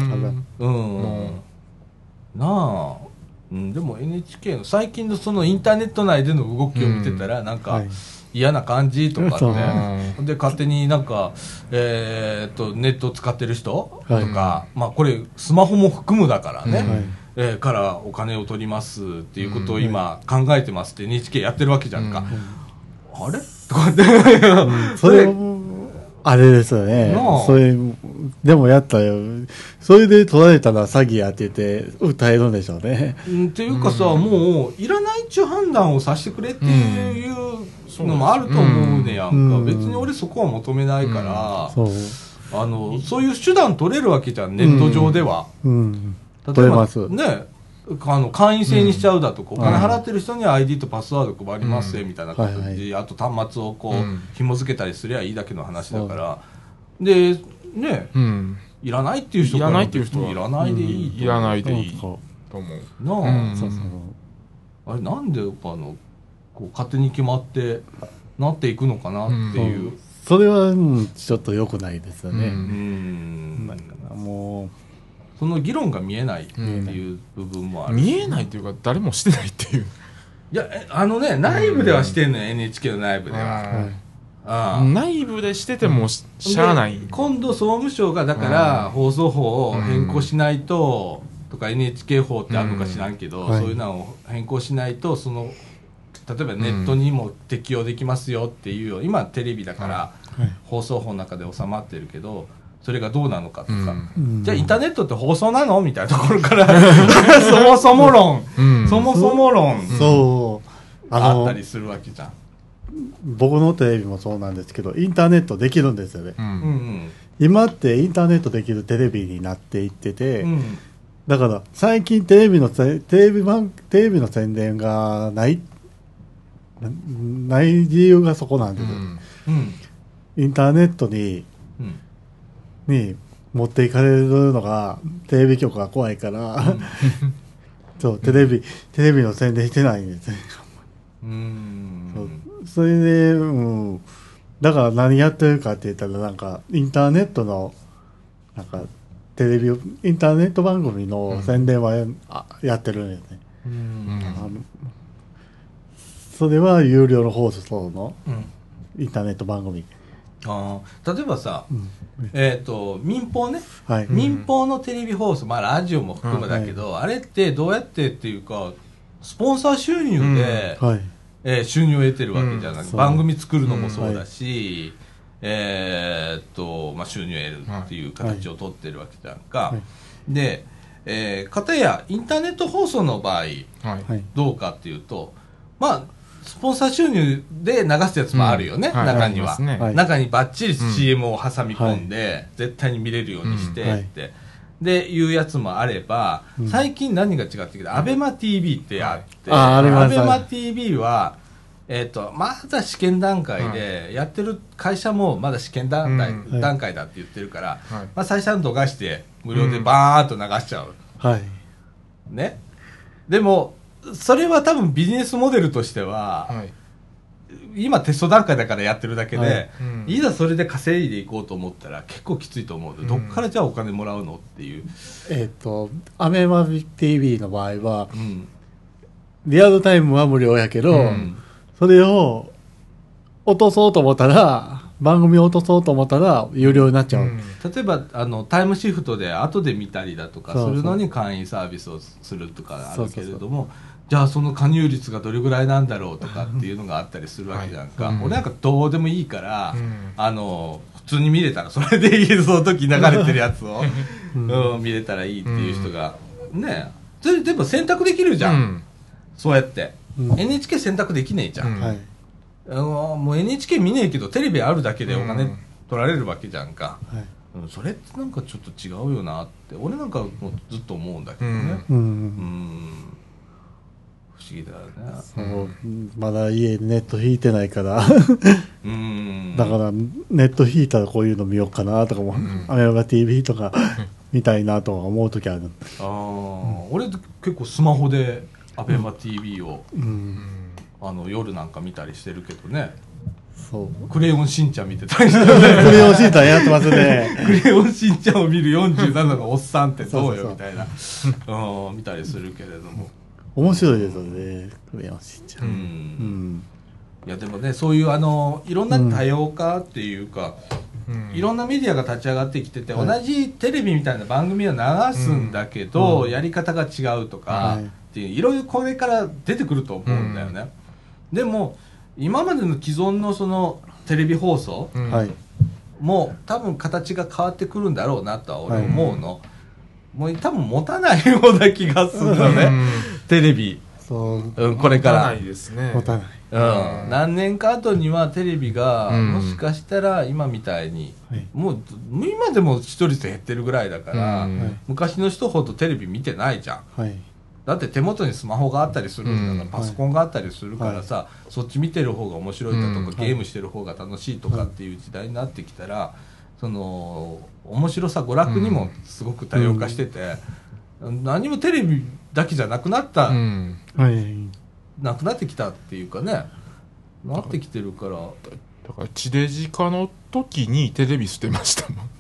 なあ。でも NHK の最近のそのインターネット内での動きを見てたらなんか嫌な感じとかってで勝手になんかネットを使ってる人とか、これスマホも含むだからね、からお金を取りますっていうことを今考えてますって NHK やってるわけじゃんか。あれとかってそれあれですよね。それでもやったよ。それで取られたら詐欺やって言って訴えるんでしょうね。 っていうかさ、もういらないっちゅう判断をさせてくれっていうのもあると思うねやんか。別に俺そこは求めないから、そういう手段取れるわけじゃん、ネット上では。 例えばね、会員制にしちゃうだとか、お金払ってる人には ID とパスワード配りますみたいな形で、あと端末を紐付けたりすりゃいいだけの話だから。でね、いらないっていう人いらないっていう人はいらないでいい、 いらないでいいと思うなあ、あれなんでこう勝手に決まってなっていくのかなっていう、 それはちょっと良くないですよね。 もうその議論が見えないっていう部分もある、 見えないっていうか誰もしてないっていう。 いや内部ではしてんのよ、NHK の内部では。 内部でしててもしゃあない。 今度総務省がだから放送法を変更しないととか NHK 法ってあるのか知らんけど、そういうのを変更しないと例えばネットにも適用できますよっていうよ、今テレビだから放送法の中で収まってるけど、それがどうなのかとか、じゃあインターネットって放送なのみたいなところからそもそも論、そうあったりするわけじゃん。 僕のテレビもそうなんですけど、インターネットできるんですよね。今ってインターネットできるテレビになっていってて、だから最近テレビの宣伝がない理由がそこなんですよ。インターネットに持っていかれるのがテレビ局が怖いからそうテレビの宣伝してないんですね。それで、だから何やってるかって言ったらなんかインターネットのなんかインターネット番組の宣伝はやってるんですね。それは有料の放送のインターネット番組。 例えばさ、民放ね、民放のテレビ放送、ラジオも含めだけど、あれってどうやってっていうかスポンサー収入で、収入を得てるわけじゃない、番組作るのもそうだし、収入を得るっていう形を取ってるわけじゃんか。で、片やインターネット放送の場合、どうかっていうと、スポンサー収入で流すやつもあるよね、中には、中にバッチリ CM を挟み込んで、絶対に見れるようにしてってでいうやつもあれば、最近何が違ってきた、アベマ TV ってあって、アベマ TV はまだ試験段階でやってる会社もまだ試験段階だって言ってるから、最初に度外して無料でバーンと流しちゃう、ね。でもそれは多分ビジネスモデルとしては、今テスト段階だからやってるだけで、いざそれで稼いでいこうと思ったら結構きついと思うので、どっからじゃあお金もらうのっていう。 アベマ TV の場合は、リアルタイムは無料やけど、それを落とそうと思ったら、番組を落とそうと思ったら有料になっちゃう。 例えばタイムシフトで後で見たりだとかするのに会員サービスをするとかあるけれども、じゃあその加入率がどれぐらいなんだろうとかっていうのがあったりするわけじゃんか。俺なんかどうでもいいから、普通に見れたらそれでいい、その時流れてるやつを、見れたらいいっていう人がね、それでも選択できるじゃん、そうやって、NHK 選択できねえじゃん、もう NHK 見ねえけどテレビあるだけでお金取られるわけじゃんか、それってなんかちょっと違うよなって俺なんかもずっと思うんだけどね。不思議だよね。 まだ家ネット引いてないからだからネット引いたらこういうの見ようかなとかも、アメマ TV とか見たいなと思う時ある。 俺結構スマホでアベマ TV を、夜なんか見たりしてるけどね。クレヨンしんちゃん見てたりしてね。 クレヨンしんちゃんやってますね。 クレヨンしんちゃんを見る47のおっさんってどうよみたいな見たりするけれども面白いですよね、クレヨンしんちゃん。 いやでもね、そういういろんな多様化っていうか、いろんなメディアが立ち上がってきてて、同じテレビみたいな番組を流すんだけど、やり方が違うとかっていう、いろいろこれから出てくると思うんだよね。でも今までの既存のそのテレビ放送も多分形が変わってくるんだろうなとは俺思うの。もう多分持たないような気がするのね、テレビ。これから。 持たないですね。 持たない。 何年か後にはテレビがもしかしたら今みたいに、もう今でも視聴率減ってるぐらいだから、昔の人ほどテレビ見てないじゃん。だって手元にスマホがあったりするんだから、パソコンがあったりするからさ、そっち見てる方が面白いだとか、ゲームしてる方が楽しいとかっていう時代になってきたら、 その面白さ娯楽にもすごく多様化してて、何もテレビだけじゃなくなった、なくなってきたっていうかね、なってきてるから。 だから地デジ化の時にテレビ捨てましたもん。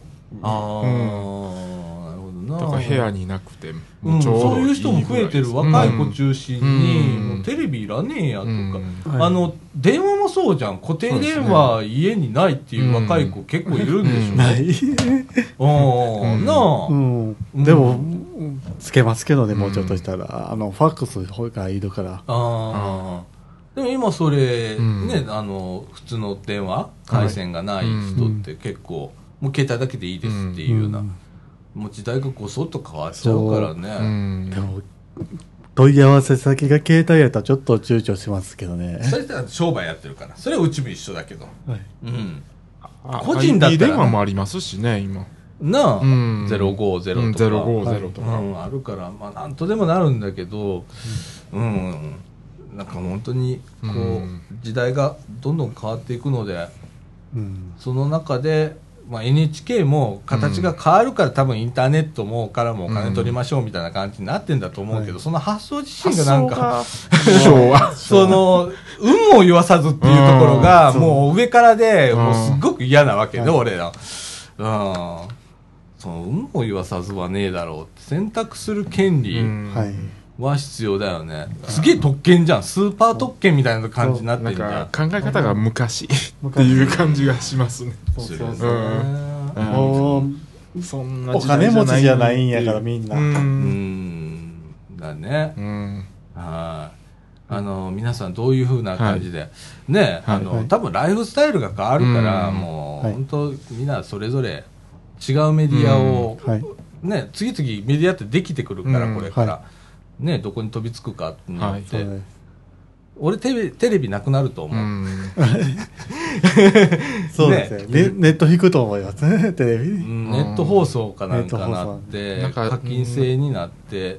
なるほどな。 だから部屋になくてそういう人も増えてる。若い子中心に、もうテレビいらねえやとか、電話もそうじゃん。固定電話家にないっていう若い子結構いるんでしょ。ないなあ。でもつけますけどね、もうちょっとしたらファックスがいるから。 でも今それね、普通の電話回線がない人って結構もう携帯だけでいいですっていうような、もう時代がごそっと変わっちゃうからね。 でも問い合わせ先が携帯やったらちょっと躊躇しますけどね。 それって商売やってるから、それはうちも一緒だけど、 個人だったら電話もありますしね今なあ、050とか 050とかあるから、まあなんとでもなるんだけど、なんか本当にこう時代がどんどん変わっていくので、その中で、NHK も形が変わるから多分インターネットもからもお金取りましょうみたいな感じになってんだと思うけど、その発想自身がなんかその有無を言わさずっていうところがもう上からでもうすっごく嫌なわけで、俺らその有無を言わさずはねえだろうって、選択する権利は必要だよね。すげえ特権じゃん、スーパー特権みたいな感じになってるじゃん。 なんか考え方が昔っていう感じがしますね。 そんなお金持ちじゃないんやからみんな。 だね。皆さんどういう風な感じでね、多分ライフスタイルが変わるから、もう本当みんなそれぞれ違うメディアをね、次々メディアってできてくるから、これからね、どこに飛びつくかによって、俺テレビなくなると思う。 そうですね。ネット引くと思いますね、テレビ。 ネット放送かなんかなって、課金制になって、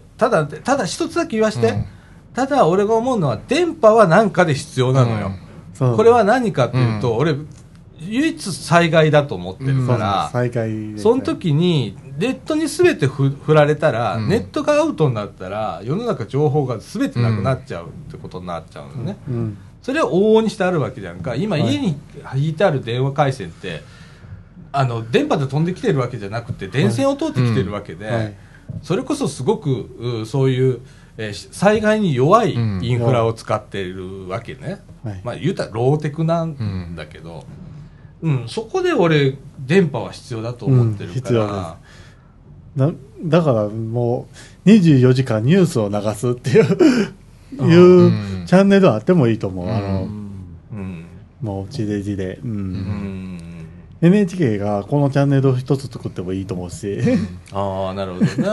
ただ一つだけ言わして、ただ俺が思うのは電波は何かで必要なのよ。これは何かというと、俺唯一災害だと思ってるから、その時にネットに全て振られたら、ネットがアウトになったら世の中情報が全てなくなっちゃうってことになっちゃうのね。それは往々にしてあるわけじゃんか。今家に引いてある電話回線って電波で飛んできてるわけじゃなくて電線を通ってきてるわけで、それこそすごくそういう災害に弱いインフラを使っているわけね。言うたらローテクなんだけど、そこで俺電波は必要だと思ってるから、 だからもう24時間ニュースを流すっていうチャンネルあってもいいと思う。もう地デジで、NHK がこのチャンネルを一つ作ってもいいと思うし。 なるほどね。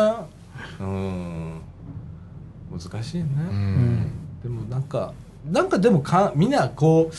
難しいね。でもなんかでもみんなこう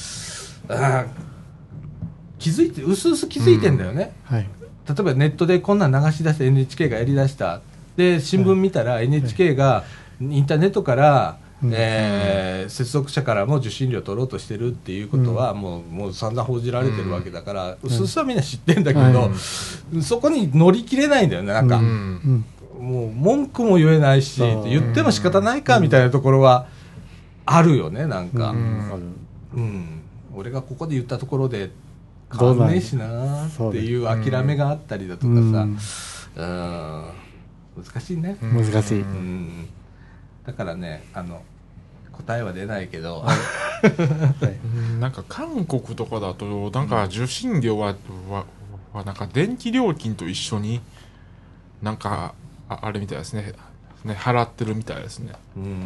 気づいて、うすうす気づいてんだよね。例えばネットでこんなん流し出して NHK がやりだした。で、新聞見たら NHK がインターネットから、接続者からも受信料取ろうとしてるっていうことはもう散々報じられてるわけだから、うすうすはみんな知ってんだけど、そこに乗り切れないんだよね、なんか。もう文句も言えないし、言っても仕方ないかみたいなところはあるよね、なんか。俺がここで言ったところで、変わんねえしなっていう諦めがあったりだとかさ、難しいね。 難しい。 だからね、答えは出ないけど、 なんか韓国とかだとなんか受信料はなんか電気料金と一緒になんかあれみたいですね、払ってるみたいですね。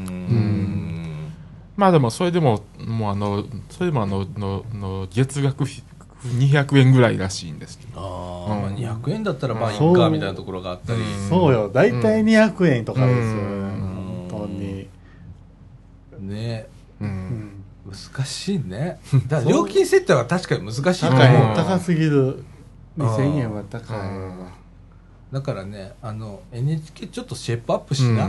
まあでもそれでも月額200円ぐらいらしいんですけど、 200円だったらまあいいかみたいなところがあったり、 そうよ、大体200円とかですよね。本当にね、難しいね。だから料金設定は確かに難しいと思う。 高すぎる。2000円は高い。 だからね、NHK ちょっとシェイプアップしな。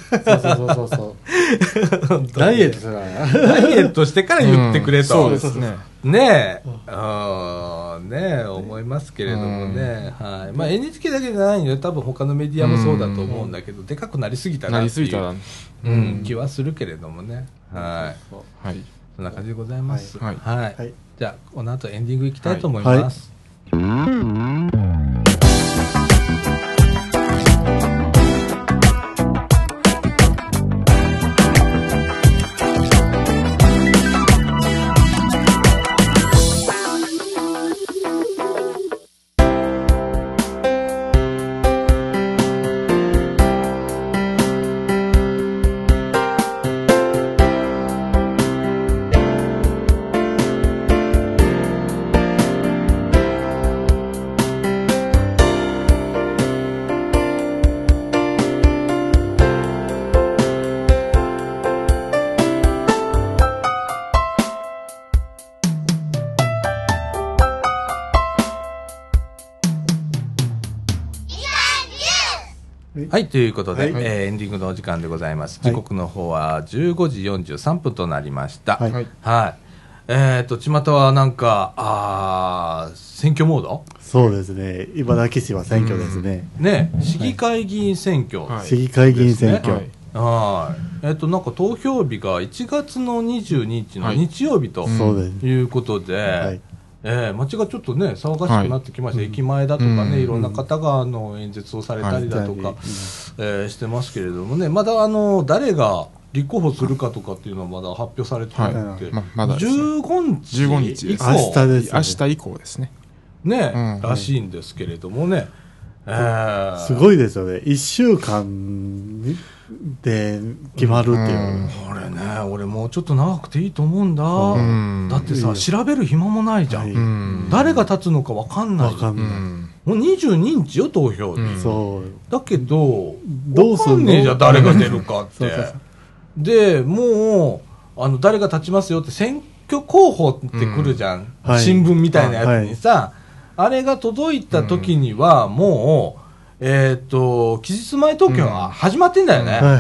そうダイエットしてから言ってくれと。 そうですね。 ねえ、 ね思いますけれどもね、はい。まあ NHK だけじゃないので多分他のメディアもそうだと思うんだけど、でかくなりすぎたなっていう気はするけれどもね、はい。そんな感じでございます。はい。じゃあこの後エンディングいきたいと思います。はい、ということで、エンディングのお時間でございます。時刻の方は15時43分となりました。はい。巷はなんか、選挙モード？ そうですね。茨城市は選挙ですね。 ね、市議会議員選挙。 市議会議員選挙。 はい。なんか投票日が1月の22日の日曜日ということで、街がちょっとね騒がしくなってきました、駅前だとかね、いろんな方が演説をされたりだとか、してますけれどもね、まだ誰が立候補するかとかっていうのはまだ発表されてなくて、15日以降、 明日以降ですね。 ね、らしいんですけれどもね、 すごいですよね。1週間で決まるっていう。 俺もうちょっと長くていいと思うんだ。だってさ、調べる暇もないじゃん。誰が立つのか分かんない。もう22日よ、投票日。だけど、分かんねえじゃん、誰が出るかって。で、もう、誰が立ちますよって選挙候補ってくるじゃん。新聞みたいなやつにさ、あれが届いた時には、もう、期日前投票は始まってんだよね。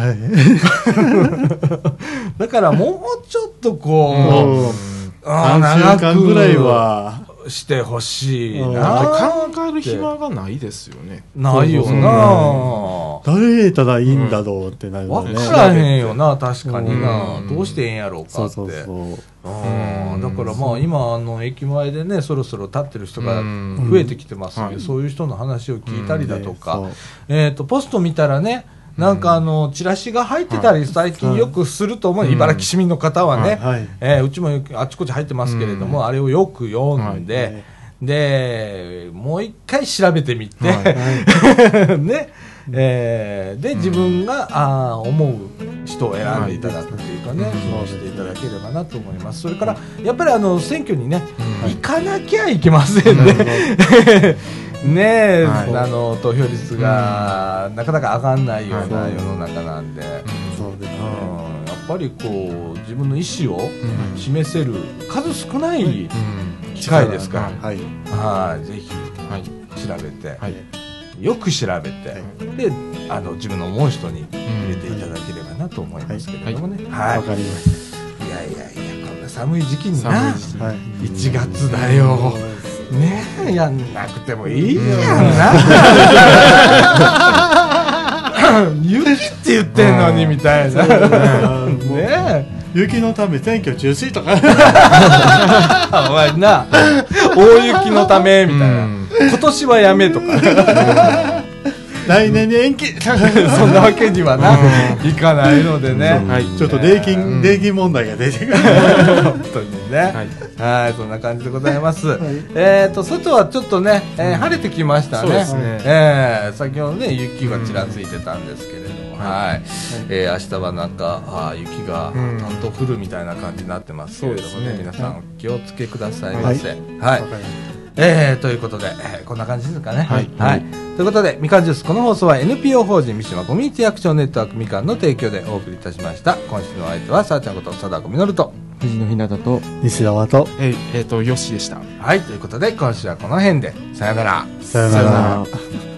だからもうちょっとこう、 3週間ぐらいはしてほしいな。 考える暇がないですよね。 ないよな。 誰入れたらいいんだろうってなるね。分からへんよな、確かにな。どうしてええんやろうかって。だからまあ今駅前でねそろそろ立ってる人が増えてきてますので、そういう人の話を聞いたりだとか、ポスト見たらね、なんかチラシが入ってたり最近よくすると思う、茨城市民の方はね、うちもあちこち入ってますけれども、あれをよく読んで、でもう一回調べてみて、ね、で自分が思う人を選んでいただくというかね、そうしていただければなと思います。それからやっぱり選挙にね、行かなきゃいけませんね。ねえ、投票率がなかなか上がんないような世の中なんで、やっぱりこう自分の意思を示せる数少ない機会ですから、ぜひ調べて、よく調べて、で自分の思う人に入れていただければなと思いますけれどもね。 わかりました。いやこんな寒い時期にな、1月だよ。ねえ、やんなくてもいいじゃんな。雪って言ってんのにみたいな。ねえ、 雪のため選挙中止とか。 お前な、大雪のためみたいな。今年はやめとか。 来年に延期。 そんなわけにはないかないのでね。 ちょっと礼金問題が出てくる。 本当にね。はい、そんな感じでございます。外はちょっとね、晴れてきましたね。先ほどね、雪がちらついてたんですけれども、明日はなんか雪が担当降るみたいな感じになってますけれどもね、皆さんお気をつけくださいませ。はい。ということで、こんな感じですかね。はい。ということで、みかんジュース、この放送は NPO 法人三島コミュニティアクションネットワークみかんの提供でお送りいたしました。今週の相手は、さあちゃんこと貞子みのると、 藤野ひなたと、 西川と、 よしでした。 はい、ということで、今週はこの辺で、さよなら。 さよなら。